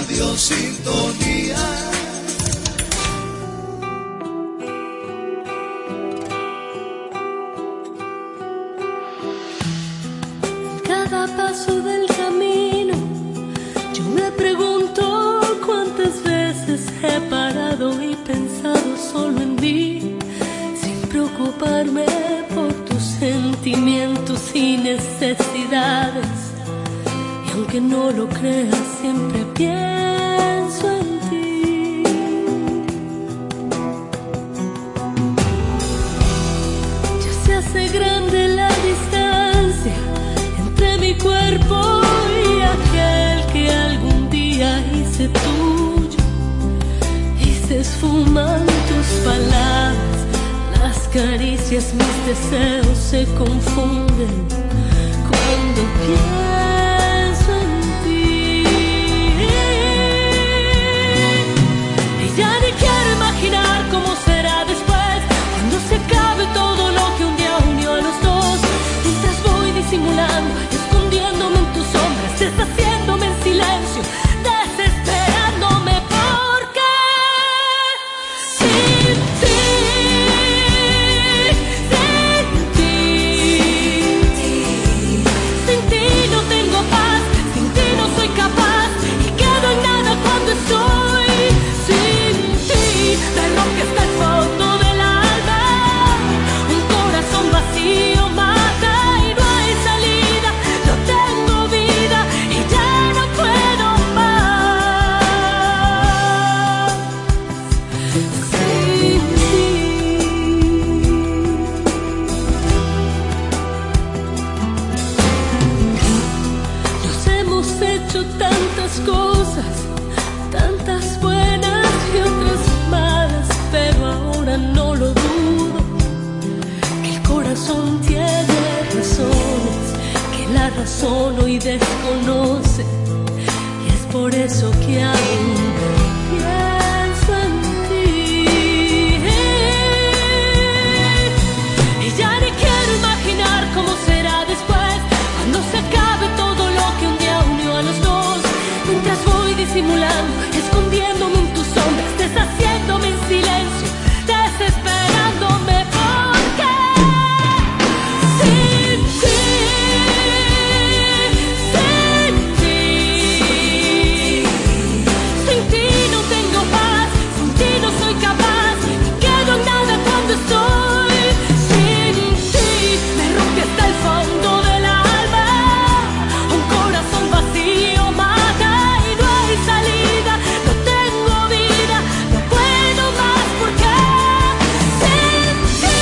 Radio Sintonía. Cada paso del camino yo me pregunto cuántas veces he parado y pensado solo en mí, sin preocuparme por tus sentimientos y necesidades. Y aunque no lo creas, siempre pienso en ti. Ya se hace grande la distancia entre mi cuerpo y aquel que algún día hice tuyo, y se esfuman tus palabras, las caricias, mis deseos se confunden cuando pienso en ti. Y ya ni quiero imaginar cómo será después, cuando se acabe todo lo que un día unió a los dos. Mientras voy disimulando, escondiéndome en tus sombras, deshaciéndome en silencio, desesperándome, porque sin ti, sin ti no tengo paz, sin ti no soy capaz, y quedo en nada cuando estoy sin ti. Me rompe hasta el fondo del alma, un corazón vacío mata y no hay salida. No tengo vida y ya no puedo más sin ti. Nos hemos hecho tantas cosas, tantas buenas y otras malas, pero ahora no lo dudo, que el corazón tiene razones que la razón hoy desconoce, y es por eso que aún pienso en ti. Y ya ni quiero imaginar cómo será después, cuando se acabe todo lo que un día unió a los dos. Mientras voy disimulando, escondiéndome en tus sombras, deshaciéndome en silencio, desesperándome, porque sin ti, sin ti no tengo paz, sin ti no soy capaz, y quedo en nada cuando estoy sin ti. Me rompe hasta el fondo del alma, un corazón vacío mata y no hay salida. No tengo vida, no puedo más, porque sin ti,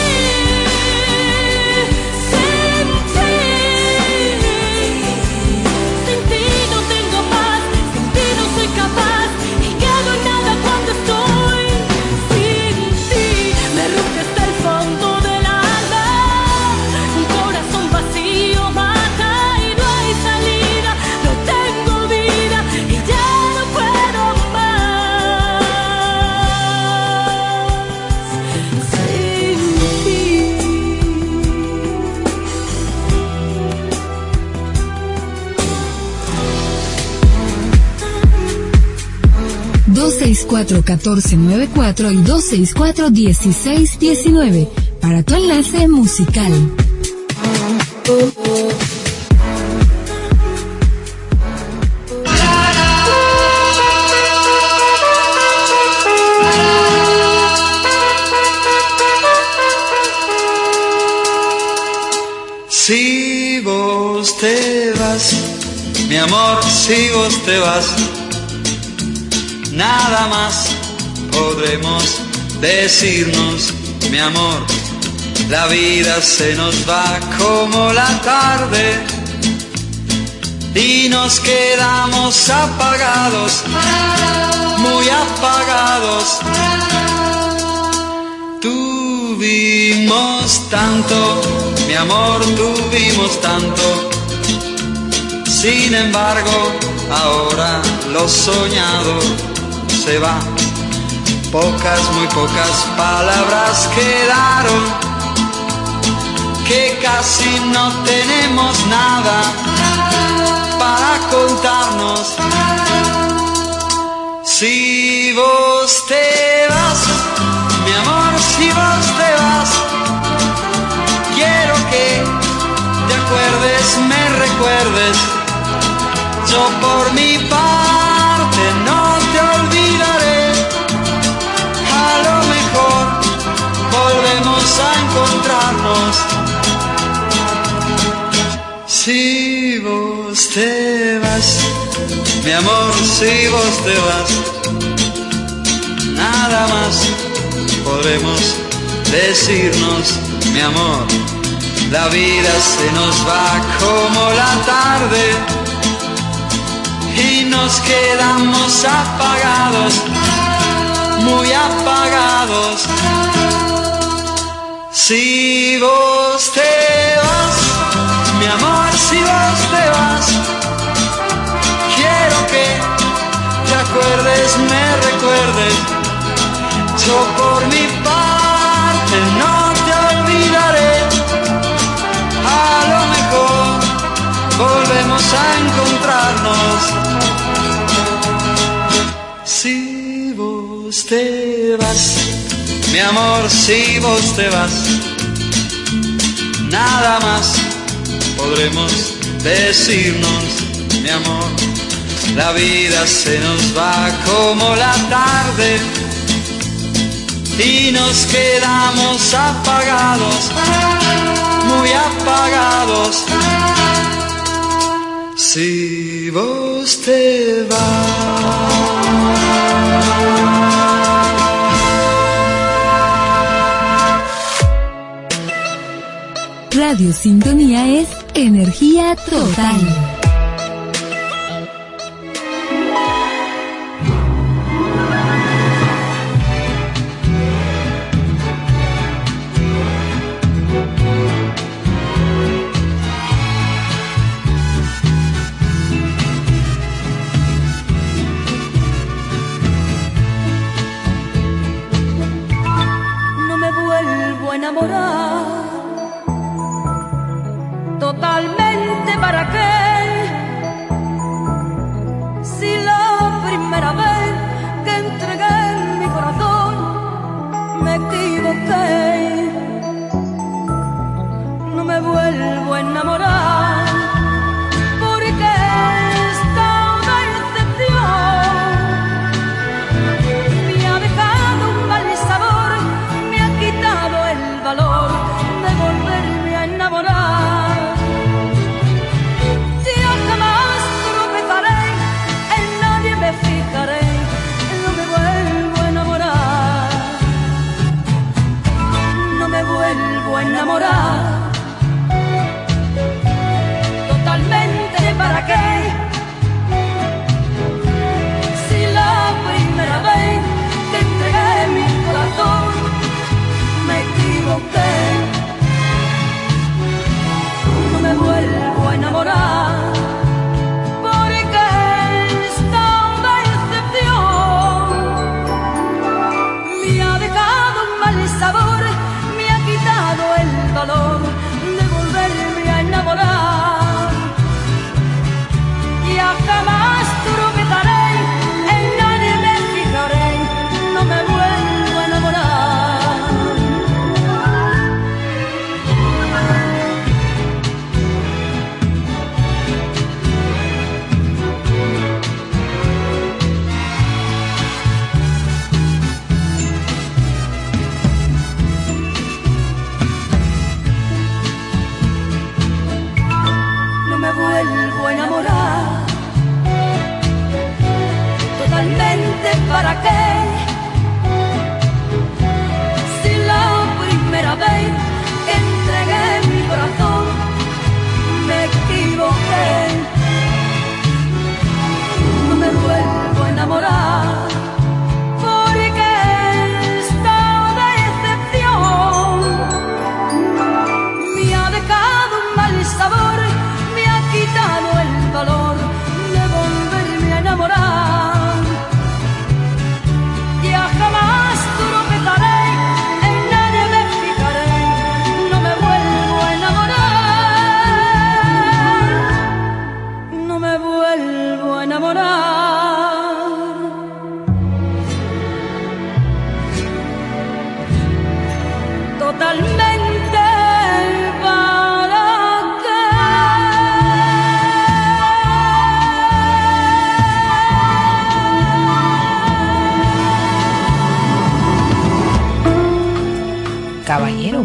sin ti no tengo paz, sin ti no soy capaz, y quedo en nada cuando estoy sin ti. Me rompe hasta el fondo del alma, un corazón vacío mata y no hay salida. No tengo vida y ya no puedo más sin ti. 264-1494 y 264-1619 para tu enlace musical. Si vos te vas, mi amor, si vos te vas, nada más podremos decirnos, mi amor. La vida se nos va como la tarde y nos quedamos apagados, muy apagados. Tuvimos tanto, mi amor, tuvimos tanto. Sin embargo, ahora lo soñado se va. Pocas, muy pocas palabras quedaron, que casi no tenemos nada para contarnos. Si vos te vas, mi amor, si vos te vas, quiero que te acuerdes, me recuerdes. Yo por mi parte no te olvidaré. A lo mejor volvemos a encontrarnos. Si vos te vas, mi amor, si vos te vas, nada más podremos decirnos, mi amor. La vida se nos va como la tarde y nos quedamos apagados, muy apagados. Si vos te vas, mi amor, si vos te vas, quiero que te acuerdes, me recuerdes. Yo por mi parte no te olvidaré. A lo mejor volvemos a encontrarnos. Si vos te vas, mi amor, si vos te vas, nada más podremos decirnos, mi amor. La vida se nos va como la tarde y nos quedamos apagados, muy apagados. Si vos te vas. Radio Sintonía es energía total. No me vuelvo a enamorar totalmente, ¿para qué?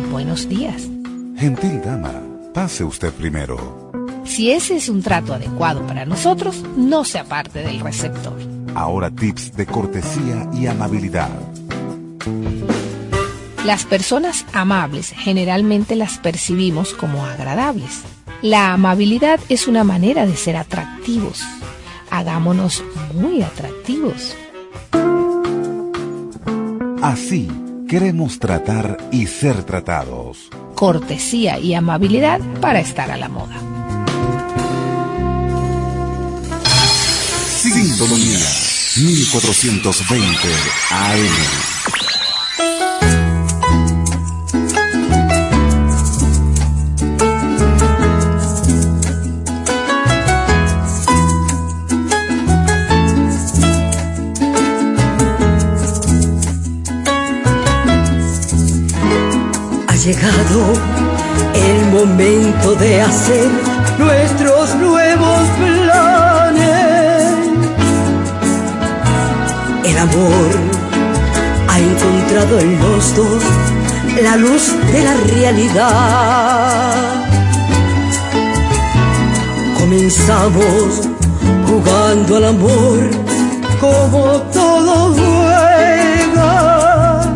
buenos días. Gentil dama, pase usted primero. Si ese es un trato adecuado para nosotros, no se aparte del receptor. Ahora tips de cortesía y amabilidad. Las personas amables generalmente las percibimos como agradables. La amabilidad es una manera de ser atractivos. Hagámonos muy atractivos. Así queremos tratar y ser tratados. Cortesía y amabilidad para estar a la moda. Sintonía 1420 AM. Ha llegado el momento de hacer nuestros nuevos planes. El amor ha encontrado en los dos la luz de la realidad. Comenzamos jugando al amor como todo juega.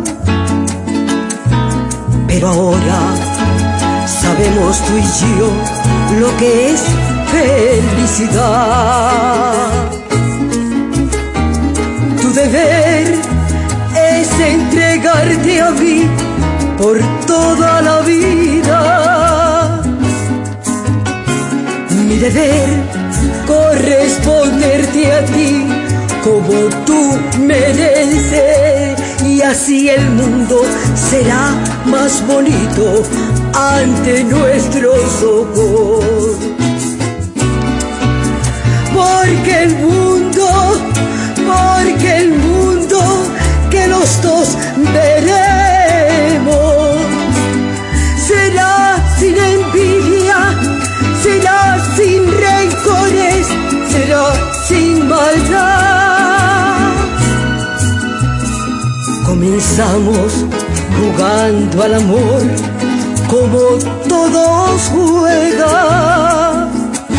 Pero ahora sabemos tú y yo lo que es felicidad. Tu deber es entregarte a mí por toda la vida. Mi deber corresponderte a ti como tú mereces. Y así el mundo será más bonito ante nuestros ojos. Porque el mundo que los dos veremos será sin envidia, será sin rencores, será sin maldad. Comenzamos jugando al amor como todos juegan.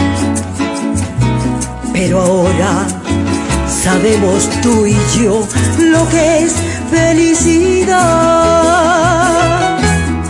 Pero ahora sabemos tú y yo lo que es felicidad.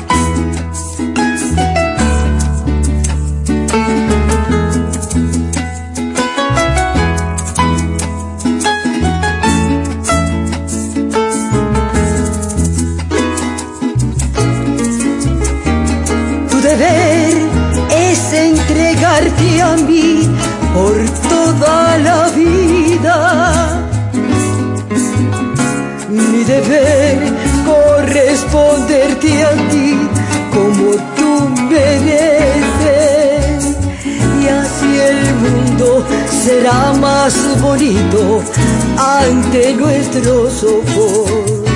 Entregarte a mí por toda la vida. Mi deber corresponderte a ti como tú mereces. Y así el mundo será más bonito ante nuestros ojos.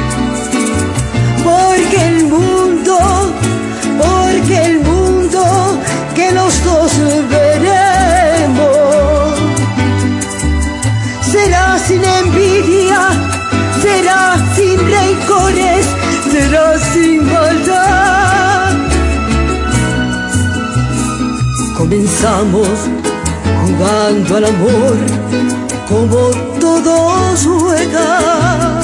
Porque el mundo que los dos veremos será sin envidia, será sin rencores, será sin maldad. Comenzamos jugando al amor como todos juegan.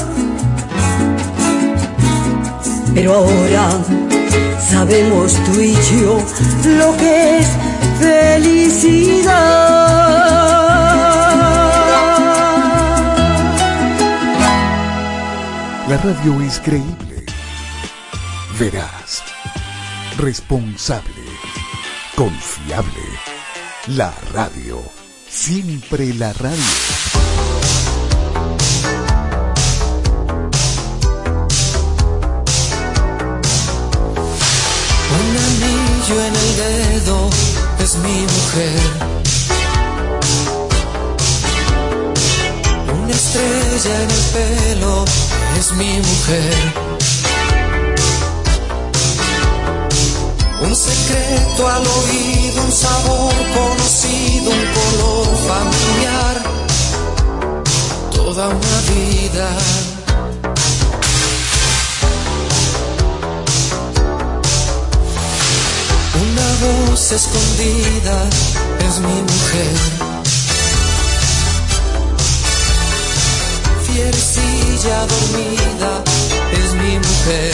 Pero ahora sabemos tú y yo lo que es felicidad. La radio es creíble, veraz, responsable, confiable. La radio, siempre la radio. En el dedo es mi mujer, una estrella en el pelo es mi mujer, un secreto al oído, un sabor conocido, un color familiar, toda una vida. voz escondida es mi mujer. Fierecilla dormida es mi mujer.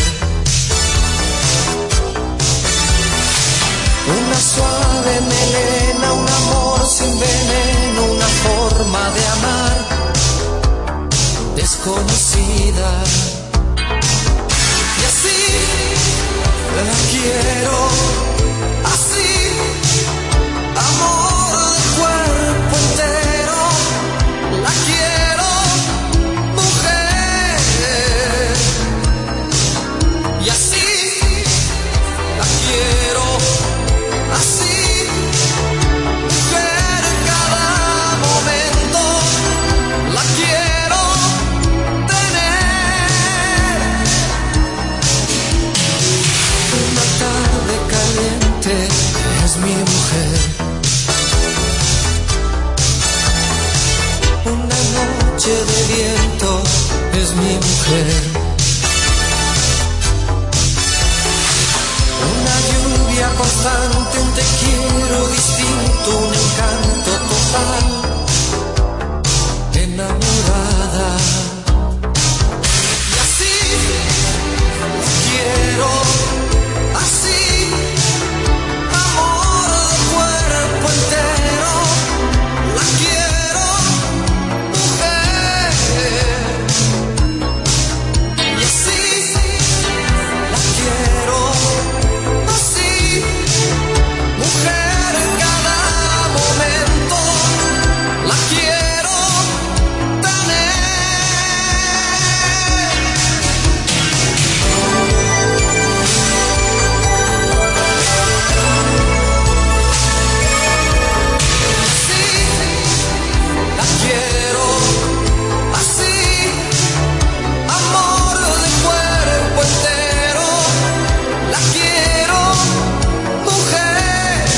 Una suave melena, un amor sin veneno, una forma de amar desconocida. Y así la quiero, así, amor de cuerpo entero, la quiero, mujer. Y así la quiero, así, mujer, en cada momento la quiero tener. Una tarde caliente es mi mujer. Una noche de viento es mi mujer. Una lluvia constante, un te quiero distinto, un encanto total, enamorada. Y así la quiero, así, amor de cuerpo entero, la quiero, mujer. Y así la quiero, así, mujer, en cada momento la quiero tener. Así la quiero, así, amor de cuerpo entero, la quiero, mujer.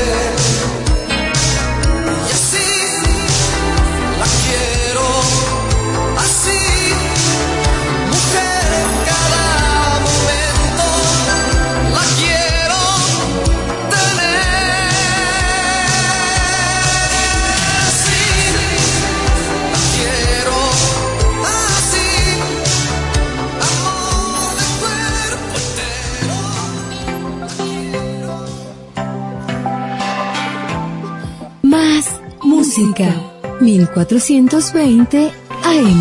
Y así la quiero, así, mujer, en cada momento la quiero tener. Así la quiero, así, amor de cuerpo entero. Más música. 1420 AM.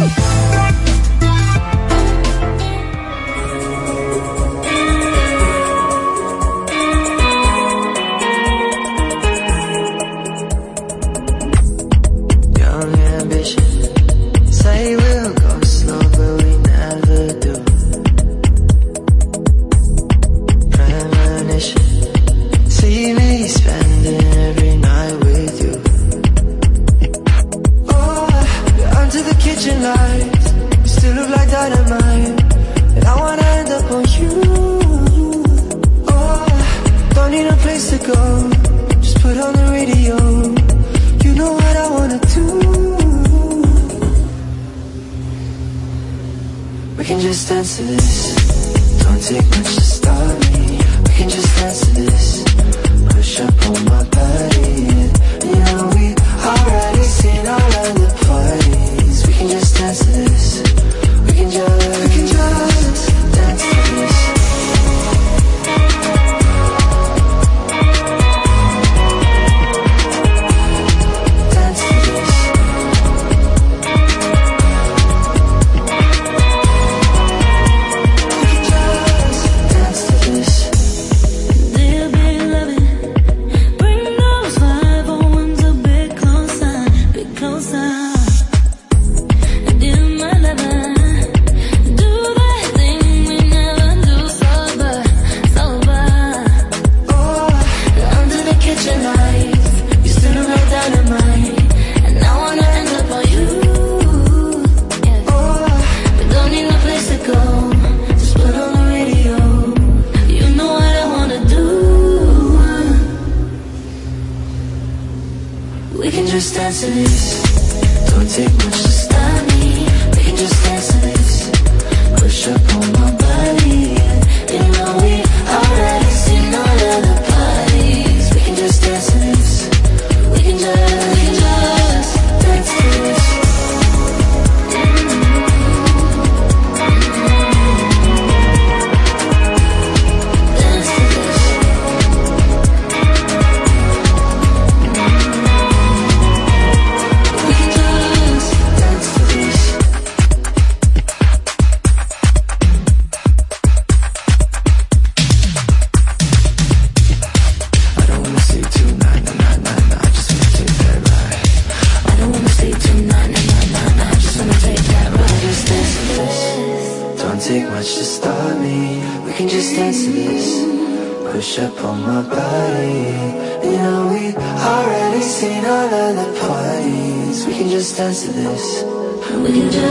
Young ambition, say we'll go slow, but we never do. Premonition, see me spending every night with you. Oh, under the kitchen lights, you still look like dynamite, and I wanna end up on you. Oh, don't need a place to go, just put on the radio. You know what I wanna do. We can just dance to this. Don't take much to start me. We can just dance to this. Push up on my body. And you know we already seen all of the parties. We can just dance to this. We can just dance to this. Dance to this. We can just dance to this. Dear beloved, bring those 501s a bit closer, bit closer. Dear my lover, do that thing we never do sober, sober. Oh, Under the kitchen lights, you still look like dynamite, and I wanna end up on you. Yeah. oh, We don't need no place to go, just put on the radio. You know what I wanna do. we can just dance to this. Don't take much to stop me. We can just dance to this. Push up on my body. And you know we already seen all of the parties. take much to stop me. We can just dance to this. Push up on my body. You know we've already seen all of the parties. We can just dance to this. We can just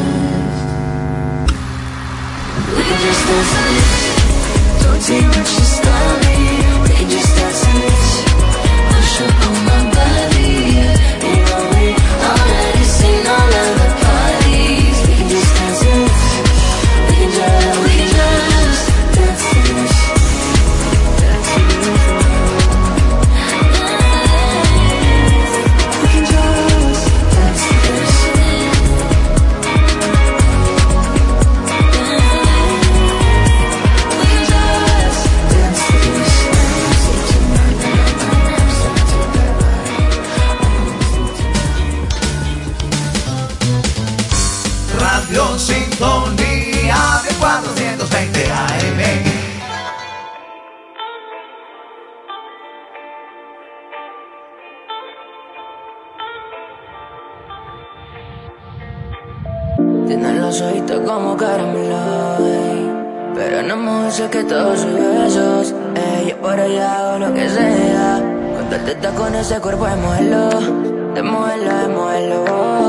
dance to this. Don't take much to stop me. We can just dance to this. Push up on my body. You know we've already seen all of the parties. We can just dance to this. We can just dance to this. Sintonía de 420 AM. Tiene los ojitos como caramelo, pero no me dice que todos sus besos. Yo por ella hago lo que sea. Cuando está con ese cuerpo de modelo, de modelo, de modelo.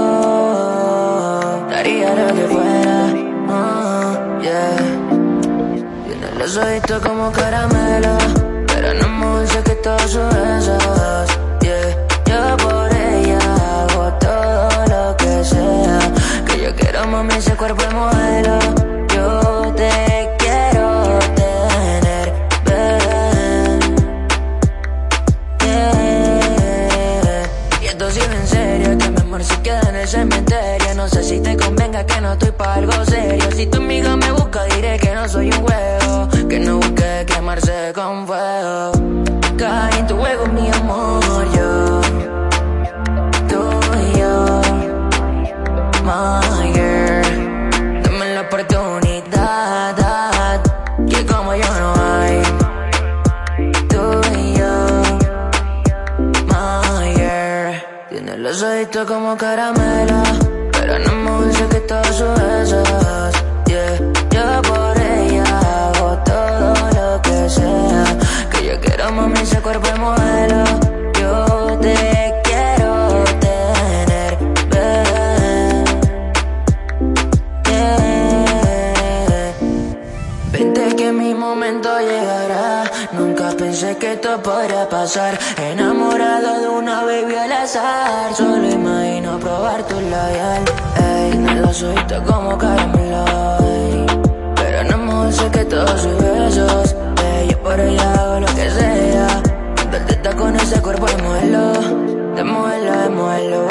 Daría lo que fuera, yeah. Tiene los ojitos como caramelo, pero no me dice que todos sus besos, yeah. Yo por ella hago todo lo que sea. Que yo quiero, mami, ese cuerpo de modelo. Yo te quiero tener, bebé, yeah. Y esto sí en serio, que mi amor se queda en el cementerio. No sé si te convenga que no estoy pa' algo serio. Si tu amiga me busca diré que no soy un juego, que no busque quemarse con fuego. Cae en tu juego mi amor, yo, tú y yo, my girl. Dame la oportunidad, que como yo no hay. Tú y yo, my girl. Tiene los ojitos como caramelo, pero no me dice que todos sus besos, yeah. Yo por ella hago todo lo que sea. Que yo quiero, mami, ese cuerpo de modelo. Yo te quiero tener, bebé, yeah. Vente que mi momento llegará. Nunca pensé que esto podría pasar. Enamorado de una baby al azar. Solo imagino probar tu labial. Tiene los ojitos como caramelo, pero no me dice que todos sus besos. Yo por ella hago lo que sea. Cuando él está con ese cuerpo de modelo, de modelo, de modelo.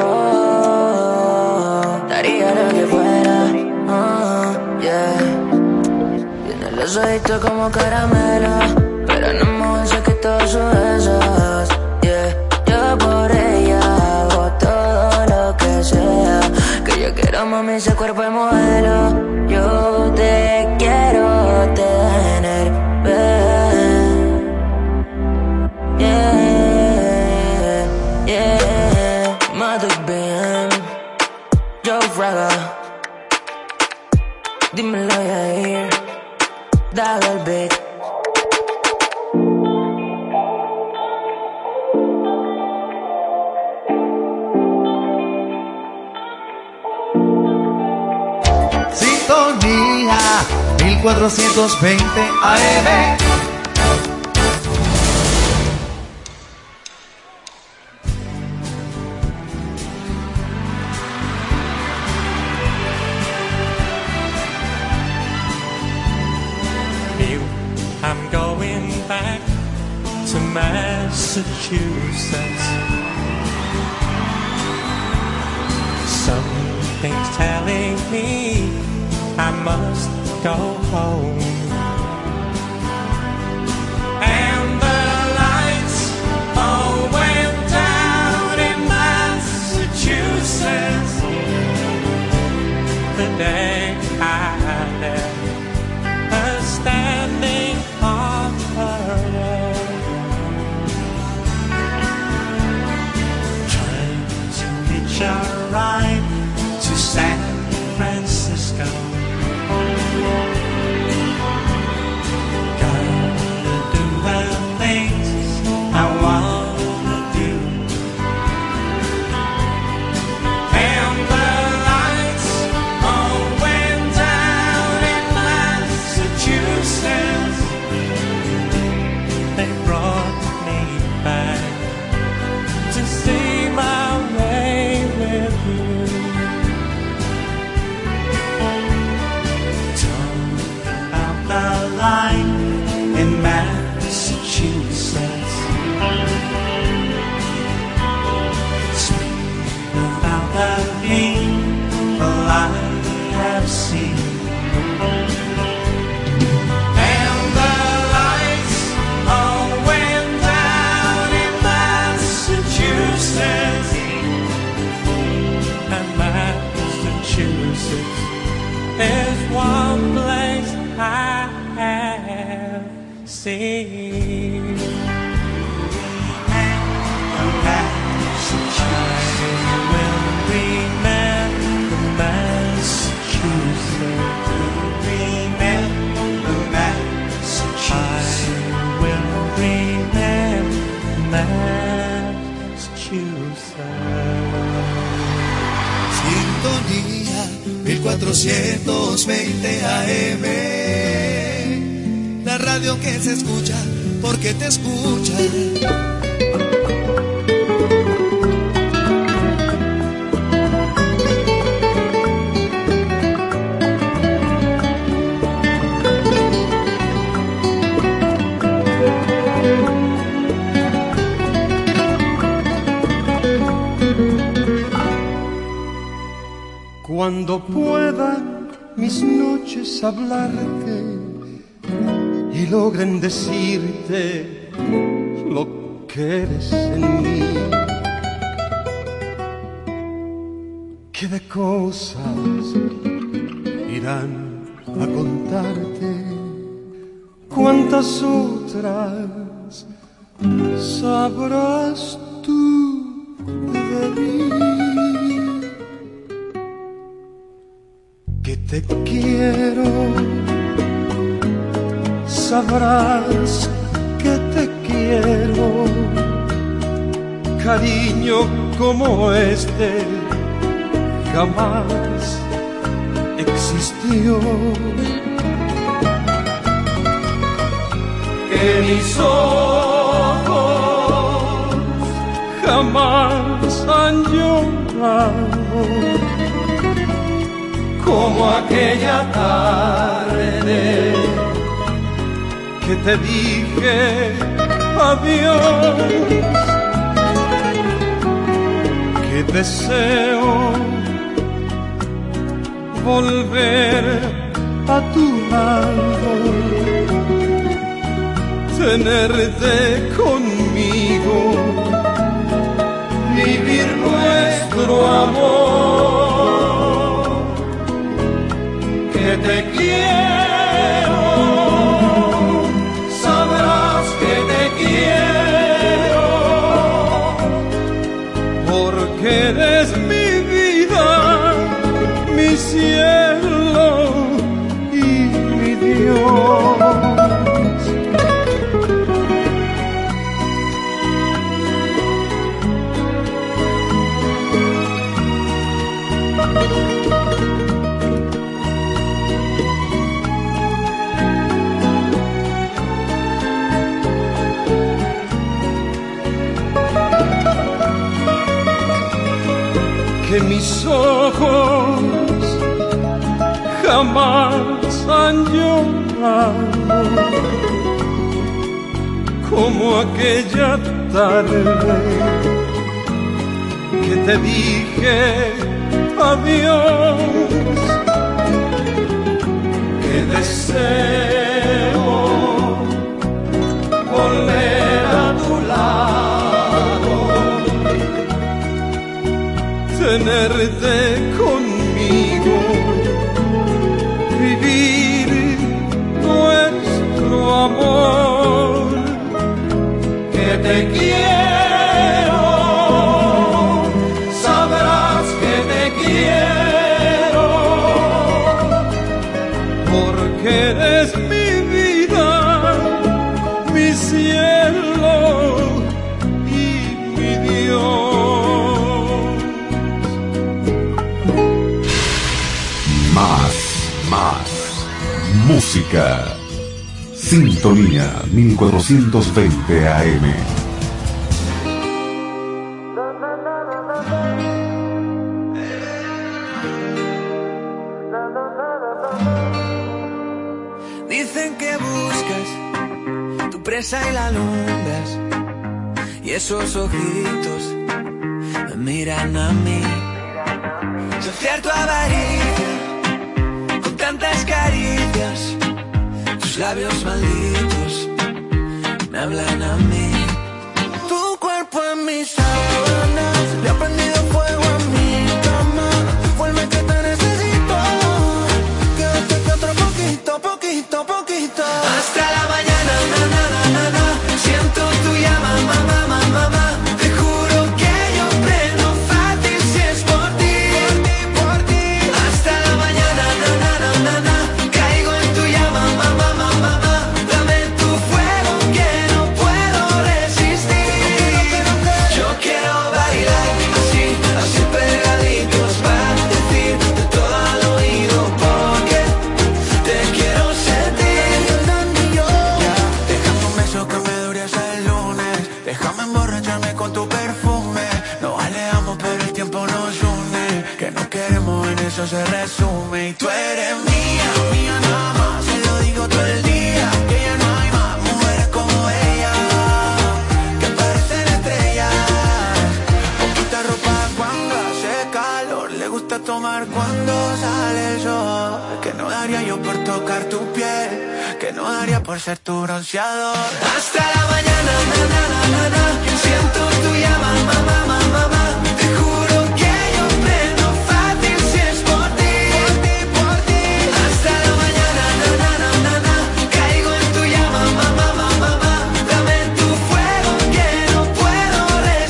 Daría lo que fuera, yeah. Tiene los ojitos como caramelo, pero no me dice que todos sus besos, yeah. Yo por ella hago todo lo que sea. Que yo quiero, mami, ese cuerpo de modelo. Yo te quiero tener, bebé, yeah, yeah. Matic bien, Joe Fraga, dímelo Yair, dale el beat. Sintonía 1420 AM. I'm going back to Massachusetts. Something's telling me I must go home. And the lights all went down in Massachusetts the day I left her standing on her own, trying to reach a ride to San Francisco. Massachusetts. Speak about the people I have seen. And the lights all went down in Massachusetts. And Massachusetts is one place I have seen. And Massachusetts, I will remember Massachusetts. Remember Massachusetts. I will remember Massachusetts. Sintonía 1420 AM. La radio que se escucha porque te escucha. Cuando puedan mis noches hablarte y logren decirte lo que eres en mí, qué de cosas irán a contarte, cuántas otras sabrás tú de mí. Que te quiero, sabrás que te quiero, cariño como este jamás existió. Que mis ojos jamás han llorado como aquella tarde que te dije adiós, que deseo volver a tu lado, tenerte conmigo, vivir nuestro amor. Que te quiero, sabrás que te quiero, porque eres mi vida, mi cielo y mi Dios. Que mis ojos jamás han llorado como aquella tarde que te dije adiós, que deseo volver a tu lado, tenerte conmigo, vivir nuestro amor. Que te quiero, sabrás que te quiero, porque eres mi vida, mi cielo y mi Dios. Más música. Sintonía 1420 AM. Dicen que buscas tu presa y la alumbras, y esos ojitos me miran a mí. Saciar tu avaricia con tantas caricias, tus labios malditos me hablan a mí. Tu cuerpo en mis sábanas, le ha prendido fuego a mi cama. Vuelve que te necesito, quédate que otro poquito, poquito, poquito. Hasta la mañana, na, na, na, na, na. Siento tu llama, mamá, mamá, mamá. Te juro que yo prendo fácil si es por ti, por ti. Hasta la mañana, na, na, na, na, na. Caigo en tu llama, mamá, mamá, mamá. Dame tu fuego que no puedo resistir. Yo quiero bailar así, así pegaditos para decirte todo al oído porque te quiero sentir. Déjame un beso que me dure hasta el lunes. Déjame emborracharme con tu perfume. Nos alejamos pero el tiempo nos une. Que no queremos en eso se resume. Y tú eres mía, mía nada más. Se lo digo todo el día. Que ya no hay más mujeres como ella, que parecen estrellas. Poquita ropa cuando hace calor. Le gusta tomar cuando sale el sol. Que no daría yo por tocar tu piel, que no daría por ser tu bronceador. Hasta la mañana, na, na, na, na, na. Siento tu llama, mamá, mamá, mamá. Te juro que yo prendo fácil si es por ti, por ti. Hasta la mañana, na, na, na, na, na. Caigo en tu llama, mamá, mamá, mamá. Dame tu fuego que no puedo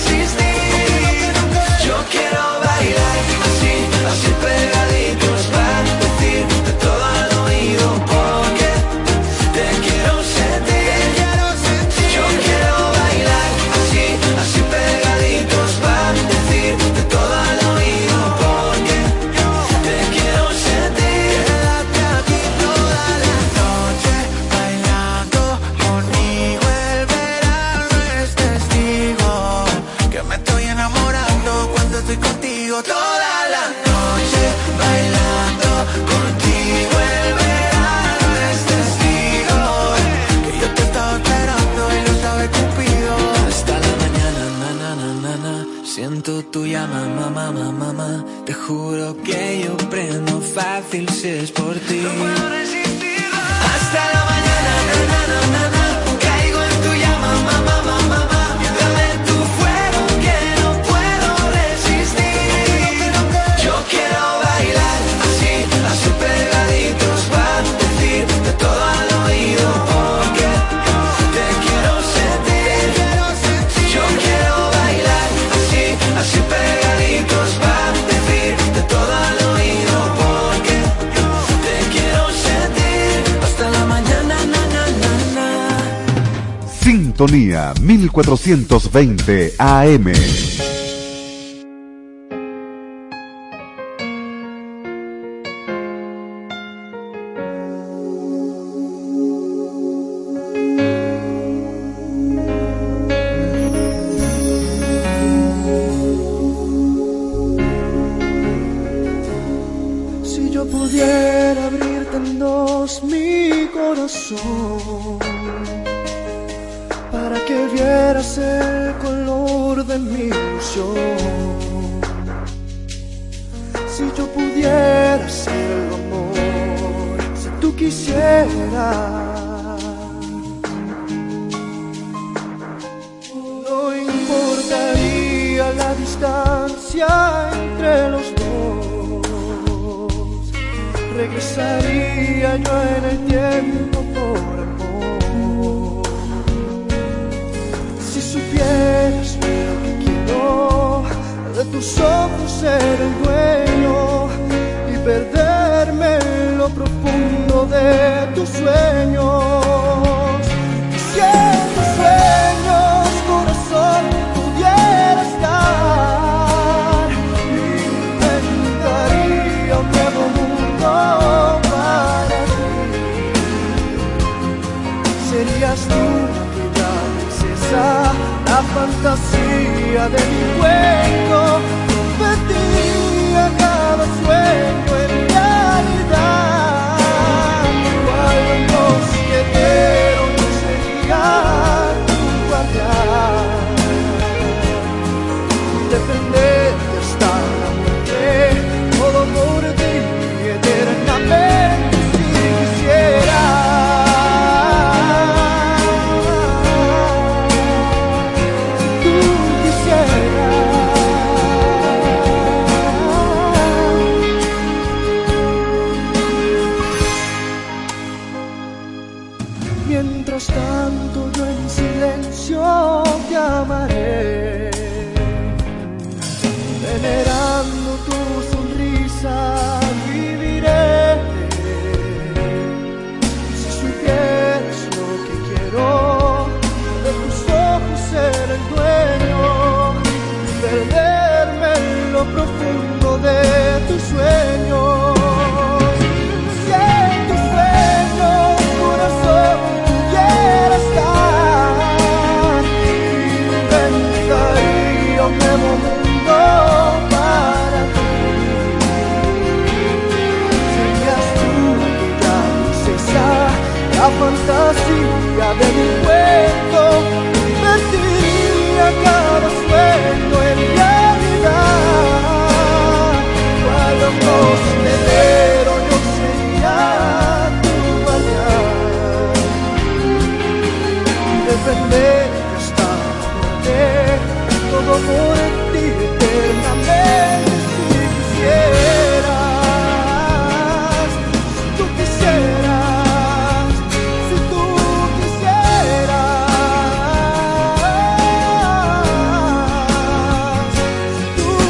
resistir. Yo quiero bailar así, así pegaditos para decirte todo al oído porque te quiero sentir. Yo quiero bailar así, así pegaditos para decirte todo al oído porque te quiero sentir. Quédate aquí toda la noche bailando conmigo. El verano es testigo que me estoy enamorando cuando estoy contigo. Toda la noche bailando contigo. El verano es testigo que yo te estaba esperando y lo sabe Cupido. Hasta la mañana, na, na, na, na, na. Siento tu llama, mamá, mamá, mamá. Te juro que yo prendo fácil si es por ti. No puedo resistir. Hasta la mañana, na, na, na, na, na. Caigo en tu llama, mamá, mamá, mamá. Dame tu fuego que no puedo resistir. Yo quiero bailar así, así pegaditos para decirte todo al oído porque te quiero sentir. Yo quiero bailar así, así pegaditos para decirte todo al oído porque te quiero sentir. Hasta la mañana, na, na, na, na. Sintonía 1420 AM. Si yo pudiera abrirte en dos mi corazón, para que vieras el color de mi ilusión. Si yo pudiera ser el amor, si tú quisieras, no importaría la distancia entre los dos. Regresaría yo en el tiempo por amor. Si supieras lo que quiero, de tus ojos ser el dueño y perderme en lo profundo de tus sueños. Si en tus sueños, corazón, pudiera estar, inventaría un nuevo mundo para ti. Serías tú aquella princesa, la fantasía de mi cuento. Convertiría cada sueño en realidad. Cual mosquetero yo sería día de mi cuento, convertiría cada sueño en realidad. Cual hermoso enero yo sería tu guardián y defender esta muerte, todo por ti eternamente. Si quisieras, si tú quisieras, si tú quisieras, si tú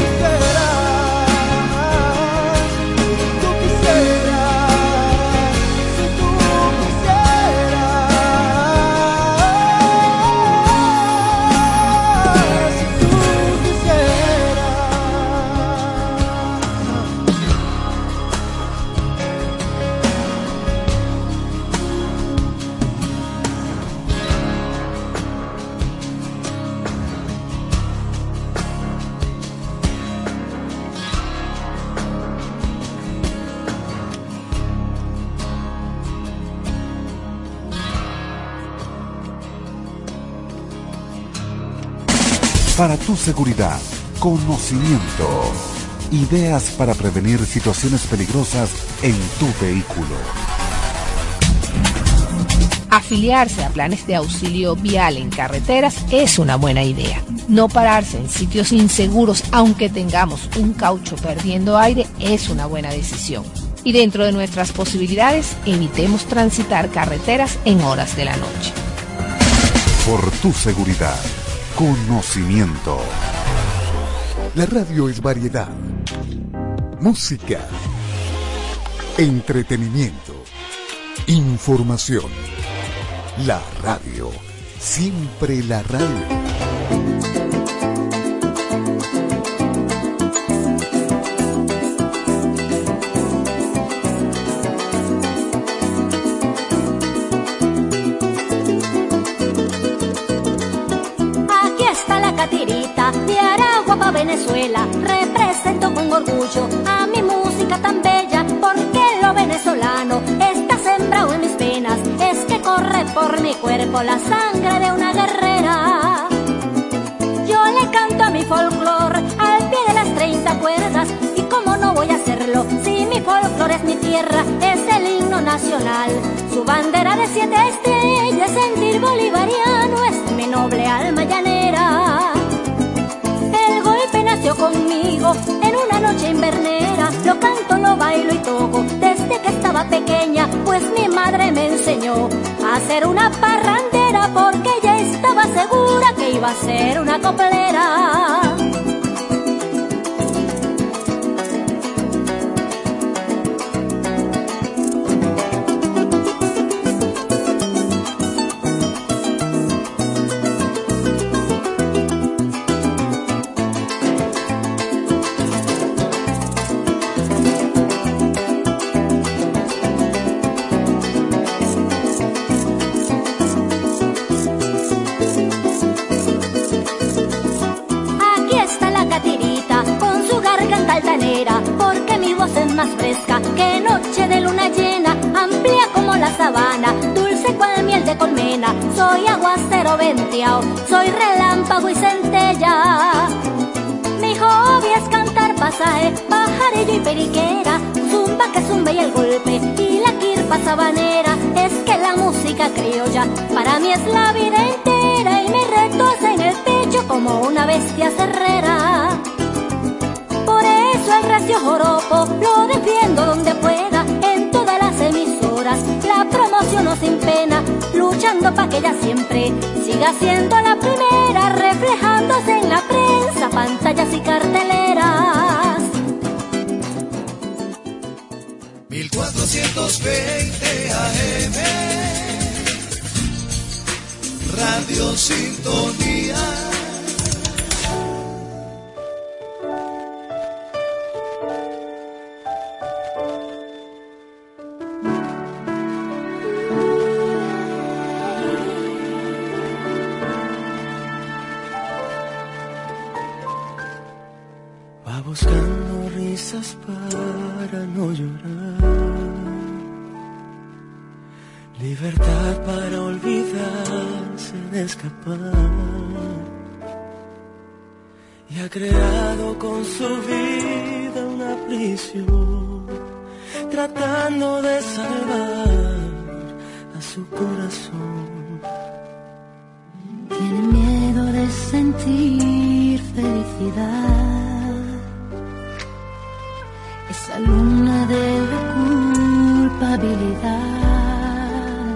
quisieras, si tú quisieras, si tú Para tu seguridad, conocimiento. Ideas para prevenir situaciones peligrosas en tu vehículo. Afiliarse a planes de auxilio vial en carreteras es una buena idea. No pararse en sitios inseguros aunque tengamos un caucho perdiendo aire es una buena decisión. Y dentro de nuestras posibilidades, evitemos transitar carreteras en horas de la noche. Por tu seguridad, conocimiento. La radio es variedad, música, entretenimiento, información. La radio, siempre la radio. De Aragua pa' Venezuela, represento con orgullo a mi música tan bella, porque lo venezolano está sembrado en mis venas, es que corre por mi cuerpo la sangre de una guerrera. Yo le canto a mi folclor al pie de las 30 cuerdas, y cómo no voy a hacerlo si mi folclor es mi tierra, es el himno nacional, su bandera de 7 estrellas, sentir bolivariano es mi noble alma llanera. Nació conmigo en una noche invernera, lo canto, lo bailo y toco desde que estaba pequeña, pues mi madre me enseñó a ser una parrandera, porque ella estaba segura que iba a ser una coplera. Porque mi voz es más fresca que noche de luna llena, amplia como la sabana, dulce cual miel de colmena. Soy aguacero venteado, soy relámpago y centella. Mi hobby es cantar pasaje, pajarillo y periquera, zumba que zumba y el golpe, y la quirpa sabanera. Es que la música criolla para mí es la vida entera, y me retoza en el pecho como una bestia cerrera. El recio joropo lo defiendo donde pueda, en todas las emisoras la promociono sin pena, luchando pa' que ella siempre siga siendo la primera, reflejándose en la prensa, pantallas y carteleras. 1420 AM, Radio Sintonía. Buscando risas para no llorar, Libertad para olvidarse de escapar. Y ha creado con su vida una prisión, tratando de salvar a su corazón. Tiene miedo de sentir felicidad, esa luna de la culpabilidad.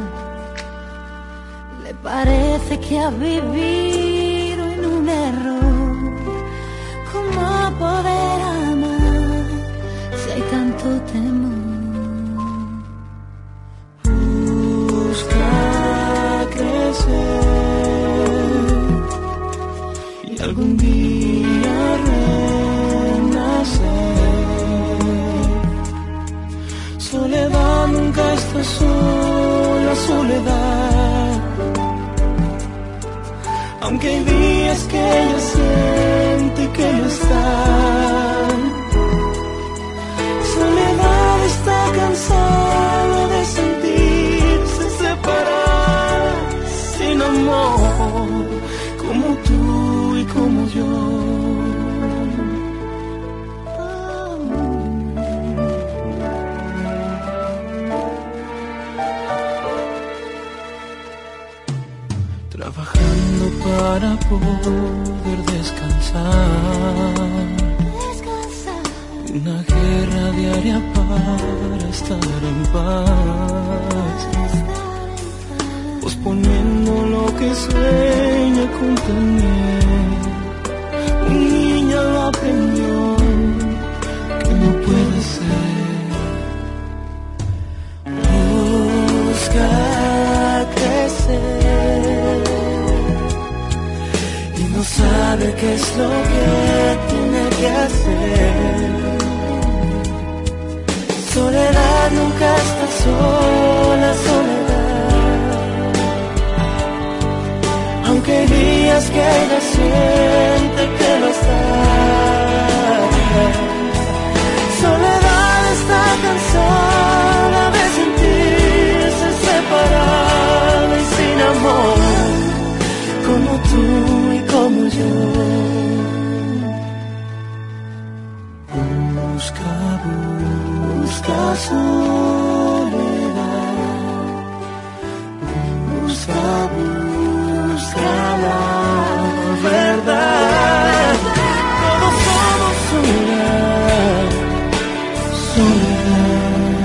Le parece que ha vivido en un error. ¿Cómo poder amar si hay tanto temor? Busca crecer y algún día renacer. Soledad nunca está sola, soledad. Aunque hay días que ella siente que no está. Soledad está cansada de sentirse separada, sin amor, como tú y como yo. Trabajando para poder descansar. Una guerra diaria para estar en paz. Posponiendo lo que sueña con tener. Un niño lo aprendió que no puede ser. Busca crecer y no sabe qué es lo que tiene que hacer. Soledad nunca está sola, soledad. Aunque hay días que ella siente que no está. Soledad está cansada de sentirse separada y sin amor, como tú y como yo. Busca soledad, busca la verdad. Todos somos soledad, soledad.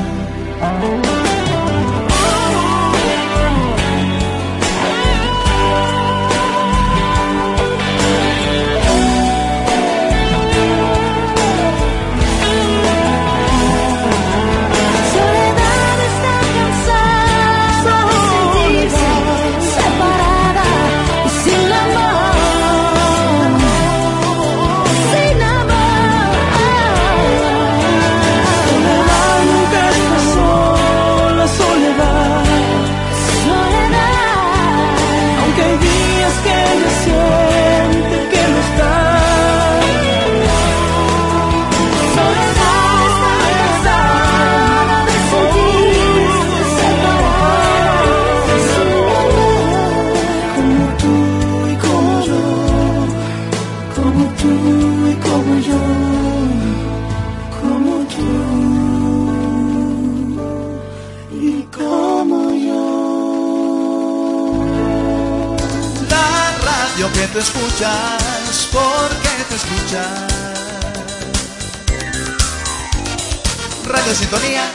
Que tú escuchas, porque te escuchas. Radio Sintonía.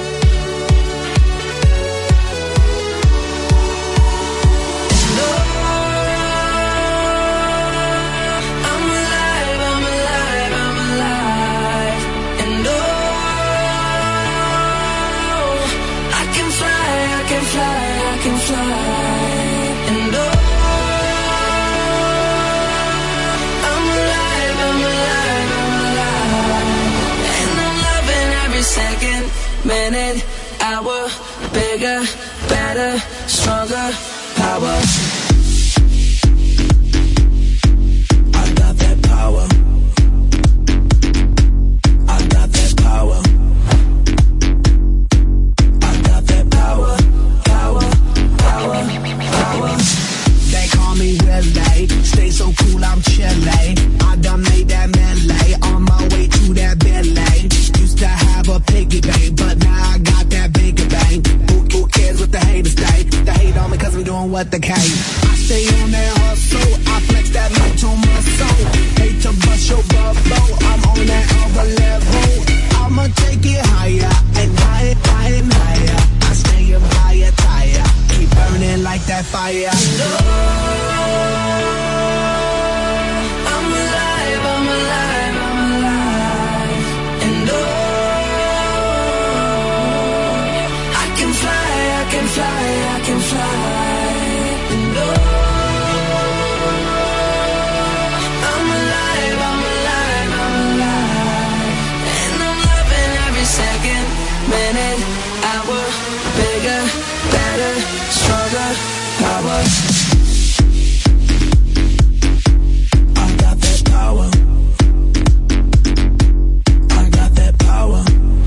No minute, hour, bigger, better, stronger, power. I got that power. I got that power. I got that power. Power, power, power. They call me Willie, stay so cool, I'm chilly. I done made that melee, on my way to that Bentley. Used to have a piggy bank, but now I got that bigger bank. Who cares what the haters say? They hate on me cause I'm doing what they can. I stay on that hustle, I flex that mental muscle. Hate to bust your bubble, I'm on that other level. I'ma take it higher, and higher, higher, and higher. I stay up higher, higher, keep burning like that fire. Power. I got that power. I got that power.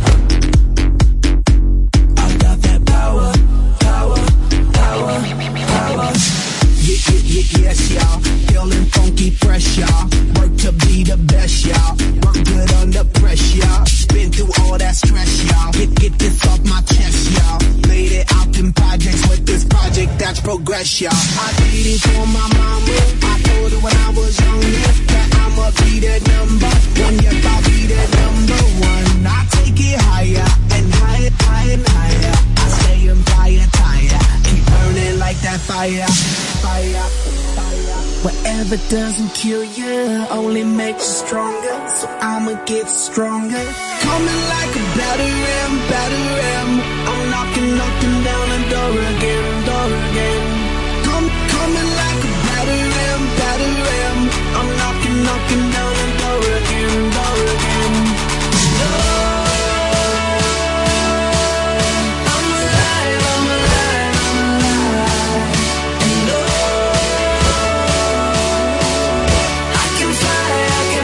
I got that power. Power, power, power. Yes, y'all. Feeling funky, fresh, y'all. Work to be the best, y'all. Work good under pressure, y'all. Been through all that stress, y'all. Get this off my chest, y'all. Made it out in projects with this project that's progress, y'all. I did it for my mama. I told her when I was younger that I'ma be that number one. Yep, I'll be that number one. I take it higher and higher, higher and higher. I stay on fire, tire. Keep burning like that fire, fire, fire. Whatever doesn't kill you only makes you stronger. So I'ma get stronger. Coming like a battering. I'm knocking down the door again, door again. Coming like a battering. I'm knocking down the door again, door again. I'm alive. And I can fly.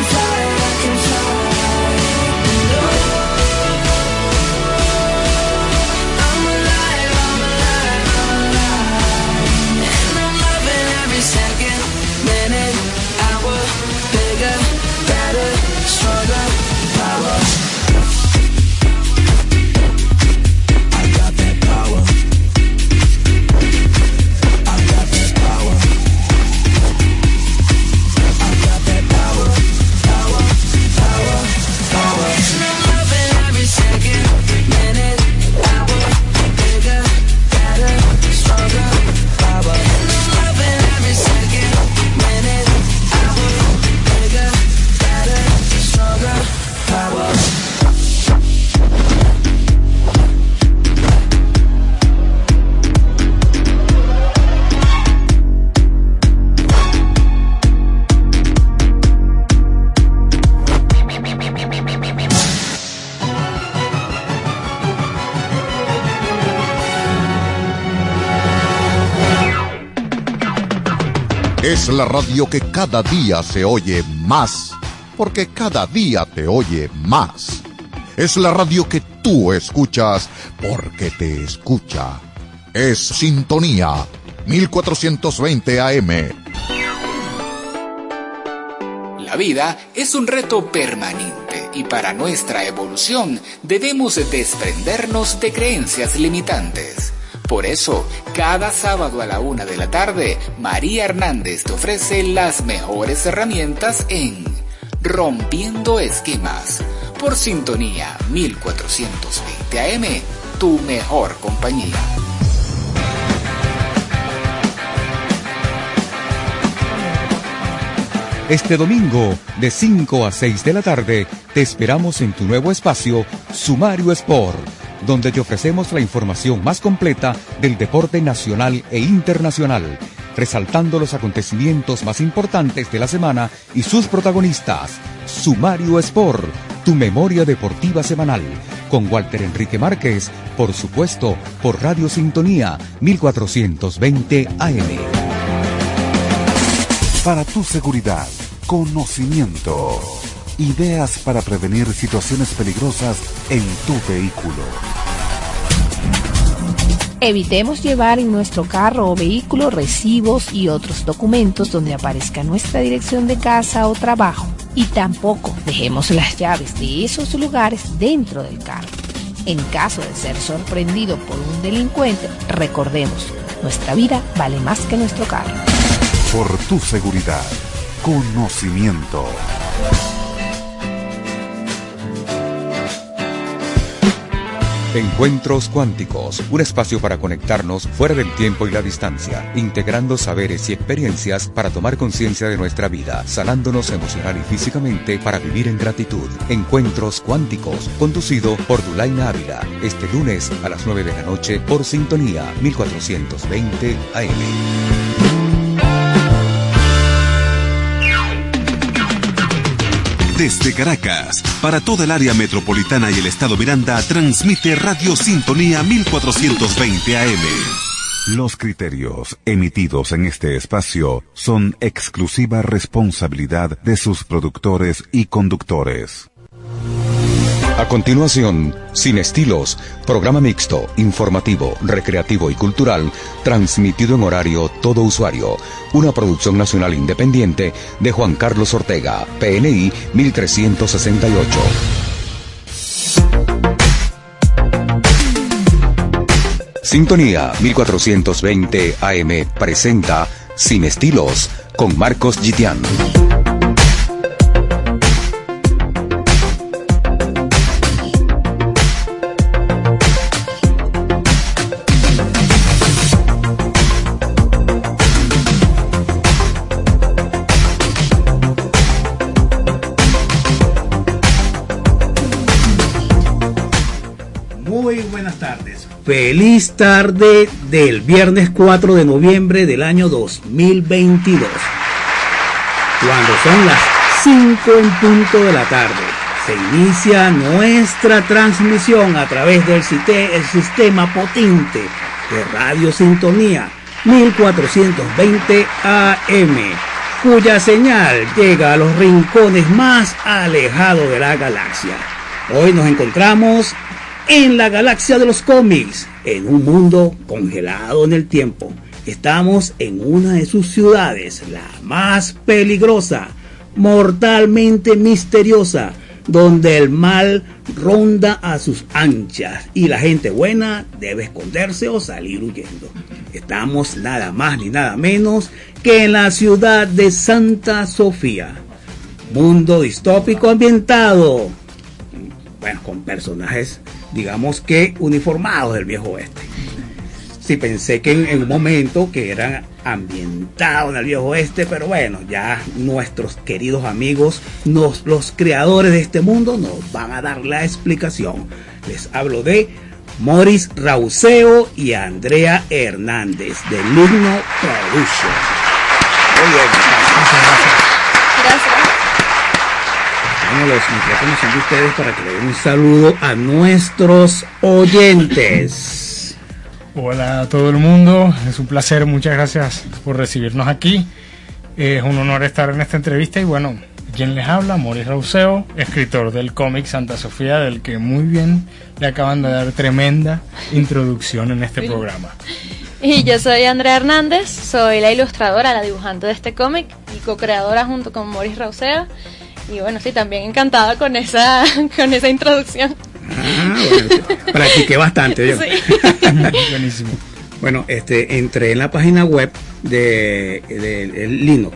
I'm alive. And I'm loving every second, minute, hour, bigger, better, stronger, power. I got that power. I got that power. I got that power. Power, power, power. And I'm loving every second, minute, hour, bigger, better, stronger, power. And I'm loving every second, minute, hour, bigger, better, stronger, power. Es la radio que cada día se oye más, porque cada día te oye más. Es la radio que tú escuchas, porque te escucha. Es Sintonía 1420 AM. La vida es un reto permanente y para nuestra evolución debemos desprendernos de creencias limitantes. Por eso, cada sábado a la 1 de la tarde, María Hernández te ofrece las mejores herramientas en Rompiendo Esquemas, por Sintonía 1420 AM, tu mejor compañía. Este domingo, de 5 a 6 de la tarde, te esperamos en tu nuevo espacio, Sumario Sport, donde te ofrecemos la información más completa del deporte nacional e internacional, resaltando los acontecimientos más importantes de la semana y sus protagonistas. Sumario Sport, tu memoria deportiva semanal, con Walter Enrique Márquez, por supuesto, por Radio Sintonía 1420 AM. Para tu seguridad, conocimiento, ideas para prevenir situaciones peligrosas en tu vehículo. Evitemos llevar en nuestro carro o vehículo recibos y otros documentos donde aparezca nuestra dirección de casa o trabajo. Y tampoco dejemos las llaves de esos lugares dentro del carro. En caso de ser sorprendido por un delincuente, recordemos, nuestra vida vale más que nuestro carro. Por tu seguridad, conocimiento. Encuentros Cuánticos, un espacio para conectarnos fuera del tiempo y la distancia, integrando saberes y experiencias para tomar conciencia de nuestra vida, sanándonos emocional y físicamente para vivir en gratitud. Encuentros Cuánticos, conducido por Dulaina Ávila, este lunes a las 9 de la noche por Sintonía 1420 AM. Desde Caracas, para toda el área metropolitana y el estado Miranda, transmite Radio Sintonía 1420 AM. Los criterios emitidos en este espacio son exclusiva responsabilidad de sus productores y conductores. A continuación, Sin Estilos, programa mixto, informativo, recreativo y cultural, transmitido en horario todo usuario. Una producción nacional independiente de Juan Carlos Ortega, PNI 1368. Sintonía 1420 AM presenta Sin Estilos con Marcos Gitián. Feliz tarde del viernes 4 de noviembre del año 2022. Cuando son las 5 en punto de la tarde, se inicia nuestra transmisión a través del sistema potente de Radio Sintonía 1420 AM, cuya señal llega a los rincones más alejados de la galaxia. Hoy nos encontramos en la galaxia de los cómics, en un mundo congelado en el tiempo. Estamos en una de sus ciudades, la más peligrosa, mortalmente misteriosa, donde el mal ronda a sus anchas y la gente buena debe esconderse o salir huyendo. Estamos nada más ni nada menos que en la ciudad de Santa Sofía. Mundo distópico ambientado, bueno, con personajes, digamos que uniformados del viejo oeste. Sí, pensé que en un momento que eran ambientados en el viejo oeste, pero bueno, ya nuestros queridos amigos, los creadores de este mundo, nos van a dar la explicación. Les hablo de Morris Rauseo y Andrea Hernández de Ligno Production. Muy bien, gracias. Los micrófonos son de ustedes para que le den un saludo a nuestros oyentes. Hola a todo el mundo, es un placer, muchas gracias por recibirnos aquí. Es un honor estar en esta entrevista y bueno, quien les habla, Morris Rauseo, escritor del cómic Santa Sofía, del que muy bien le acaban de dar tremenda introducción en este programa. Y yo soy Andrea Hernández, soy la ilustradora, la dibujante de este cómic y co-creadora junto con Morris Rauseo. Y bueno, sí, también encantada con esa introducción. Bueno, practiqué bastante yo. Sí. Buenísimo. Bueno, entré en la página web de Ligno,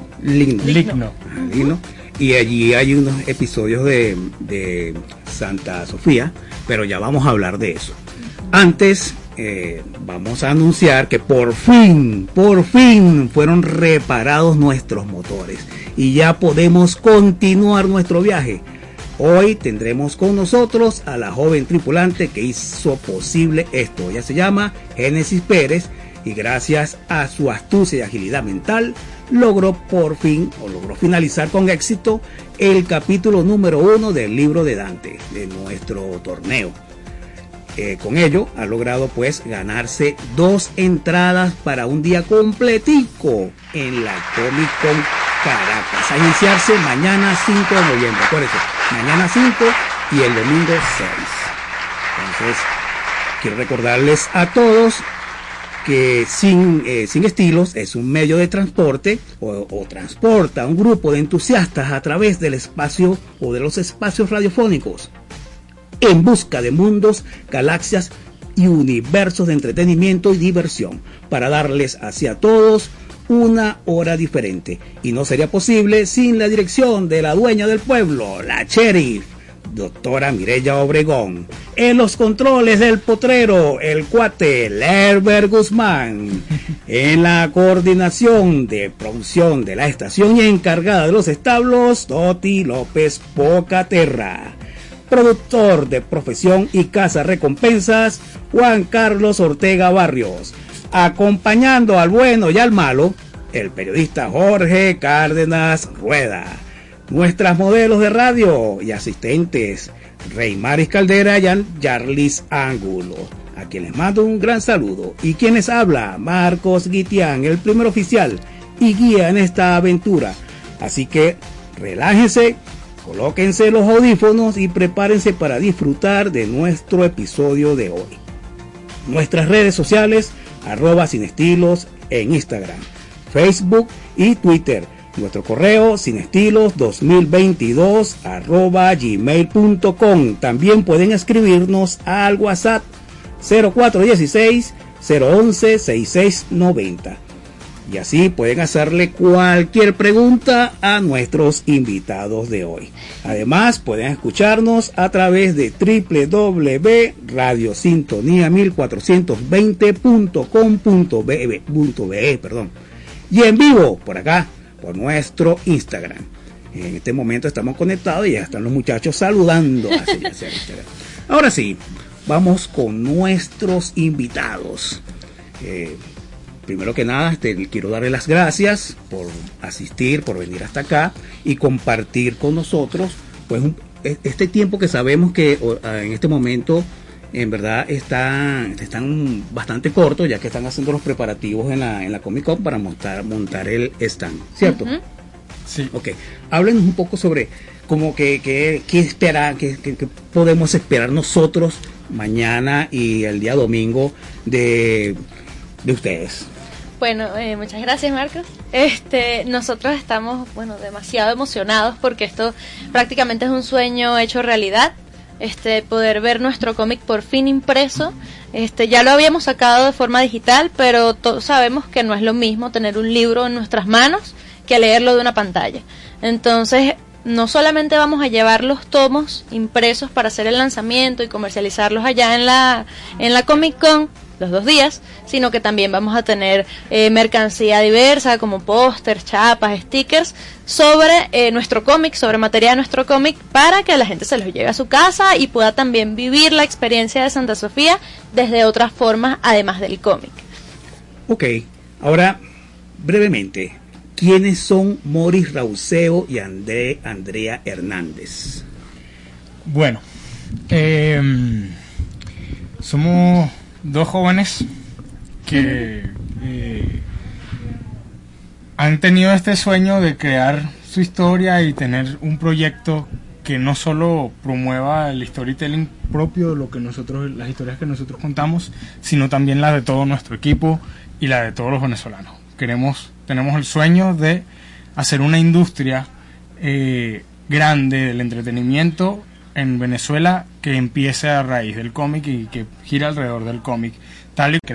y allí hay unos episodios de Santa Sofía, pero ya vamos a hablar de eso. Antes vamos a anunciar que por fin fueron reparados nuestros motores y ya podemos continuar nuestro viaje. Hoy tendremos con nosotros a la joven tripulante que hizo posible esto. Ella se llama Génesis Pérez y gracias a su astucia y agilidad mental logró finalizar con éxito el capítulo número 1 del libro de Dante, de nuestro torneo. Con ello ha logrado pues ganarse 2 entradas para un día completico en la Comic Con Caracas, a iniciarse mañana 5 de noviembre. Acuérdense, mañana 5 y el domingo 6. Entonces, quiero recordarles a todos que Sin Estilos es un medio de transporte o transporta a un grupo de entusiastas a través del espacio o de los espacios radiofónicos en busca de mundos, galaxias y universos de entretenimiento y diversión para darles hacia todos una hora diferente. Y no sería posible sin la dirección de la dueña del pueblo, la sheriff, doctora Mireya Obregón. En los controles del potrero, el cuate Lerber Guzmán. En la coordinación de producción de la estación y encargada de los establos, Toti López Pocaterra. Productor de profesión y casa recompensas, Juan Carlos Ortega Barrios. Acompañando al bueno y al malo, el periodista Jorge Cárdenas Rueda. Nuestras modelos de radio y asistentes, Reymaris Caldera y Yarlis Ángulo, a quienes mando un gran saludo. Y quienes habla, Marcos Guitián, el primer oficial y guía en esta aventura. Así que relájense, colóquense los audífonos y prepárense para disfrutar de nuestro episodio de hoy. Nuestras redes sociales, @sinestilos en Instagram, Facebook y Twitter. Nuestro correo sinestilos2022@gmail.com. También pueden escribirnos al WhatsApp 0416-011-6690. Y así pueden hacerle cualquier pregunta a nuestros invitados de hoy. Además, pueden escucharnos a través de www.radiosintonía1420.com.be, y en vivo por acá, por nuestro Instagram. En este momento estamos conectados y ya están los muchachos saludando hacia Instagram. Ahora sí, vamos con nuestros invitados. Primero que nada, quiero darle las gracias por asistir, por venir hasta acá y compartir con nosotros pues este tiempo que sabemos que en este momento en verdad están bastante cortos, ya que están haciendo los preparativos en la Comic Con para montar el stand, ¿cierto? Uh-huh. Sí. Ok, háblenos un poco sobre como qué esperar, qué podemos esperar nosotros mañana y el día domingo de ustedes. Bueno, muchas gracias, Marcos. Nosotros estamos, demasiado emocionados porque esto prácticamente es un sueño hecho realidad. Poder ver nuestro cómic por fin impreso. Ya lo habíamos sacado de forma digital, pero todos sabemos que no es lo mismo tener un libro en nuestras manos que leerlo de una pantalla. Entonces, no solamente vamos a llevar los tomos impresos para hacer el lanzamiento y comercializarlos allá en la Comic Con los 2 días, sino que también vamos a tener mercancía diversa como pósters, chapas, stickers sobre nuestro cómic, sobre materia de nuestro cómic, para que la gente se los lleve a su casa y pueda también vivir la experiencia de Santa Sofía desde otras formas además del cómic. Ok, ahora brevemente, ¿quiénes son Moris Rauseo y Andrea Hernández? Bueno, somos 2 jóvenes que han tenido este sueño de crear su historia y tener un proyecto que no solo promueva el storytelling propio de lo que las historias que nosotros contamos, sino también la de todo nuestro equipo y la de todos los venezolanos. Tenemos el sueño de hacer una industria grande del entretenimiento en Venezuela que empiece a raíz del cómic y que gira alrededor del cómic, tal y